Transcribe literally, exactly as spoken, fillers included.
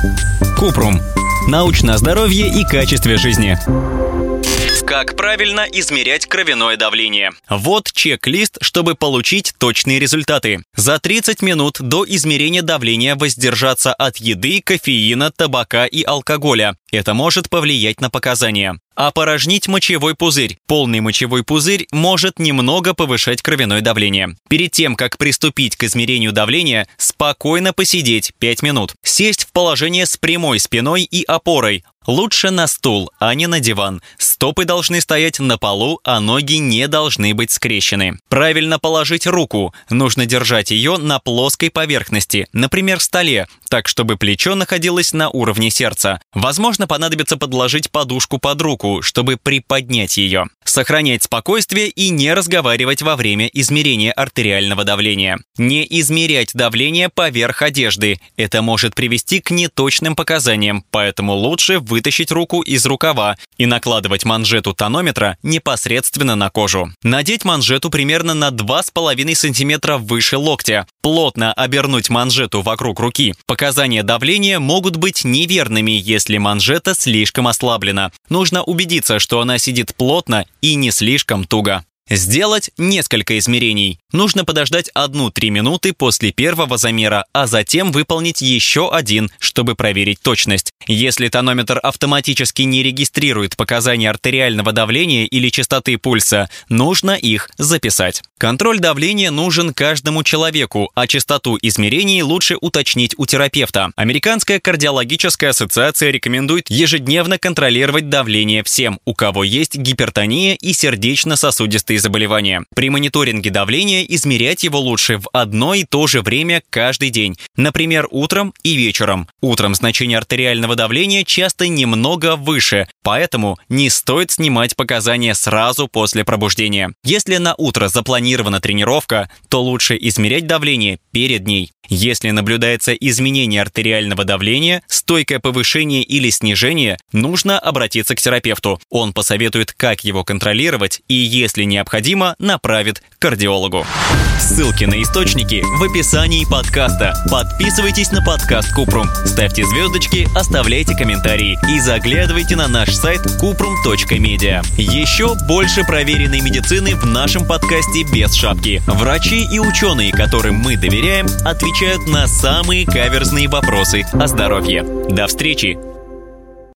Купрум. Научное здоровье и качестве жизни. Как правильно измерять кровяное давление? Вот чек-лист, чтобы получить точные результаты. За тридцать минут до измерения давления воздержаться от еды, кофеина, табака и алкоголя. Это может повлиять на показания. Опорожнить мочевой пузырь. Полный мочевой пузырь может немного повышать кровяное давление. Перед тем, как приступить к измерению давления, спокойно посидеть пять минут. Сесть в положение с прямой спиной и опорой. Лучше на стул, а не на диван. Стопы должны стоять на полу, а ноги не должны быть скрещены. Правильно положить руку. Нужно держать ее на плоской поверхности, например, столе, так, чтобы плечо находилось на уровне сердца. Возможно, понадобится подложить подушку под руку, чтобы приподнять ее. Сохранять спокойствие и не разговаривать во время измерения артериального давления. Не измерять давление поверх одежды. Это может привести к неточным показаниям, поэтому лучше вытащить руку из рукава и накладывать манжету тонометра непосредственно на кожу. Надеть манжету примерно на два с половиной сантиметра выше локтя. Плотно обернуть манжету вокруг руки. Показания давления могут быть неверными, если манжета слишком ослаблена. Нужно убедиться, что она сидит плотно и не слишком туго. Сделать несколько измерений. Нужно подождать одну-три минуты после первого замера, а затем выполнить еще один, чтобы проверить точность. Если тонометр автоматически не регистрирует показания артериального давления или частоты пульса, нужно их записать. Контроль давления нужен каждому человеку, а частоту измерений лучше уточнить у терапевта. Американская кардиологическая ассоциация рекомендует ежедневно контролировать давление всем, у кого есть гипертония и сердечно-сосудистые заболевания. При мониторинге давления измерять его лучше в одно и то же время каждый день, например, утром и вечером. Утром значение артериального давления часто немного выше, поэтому не стоит снимать показания сразу после пробуждения. Если на утро запланирована тренировка, то лучше измерять давление перед ней. Если наблюдается изменение артериального давления, стойкое повышение или снижение, нужно обратиться к терапевту. Он посоветует, как его контролировать и, если необходимо, направит к кардиологу. Ссылки на источники в описании подкаста. Подписывайтесь на подкаст Купрум, ставьте звездочки, оставляйте комментарии и заглядывайте на наш сайт купрум точка медиа. Еще больше проверенной медицины в нашем подкасте без шапки. Врачи и ученые, которым мы доверяем, отвечают на самые каверзные вопросы о здоровье. До встречи!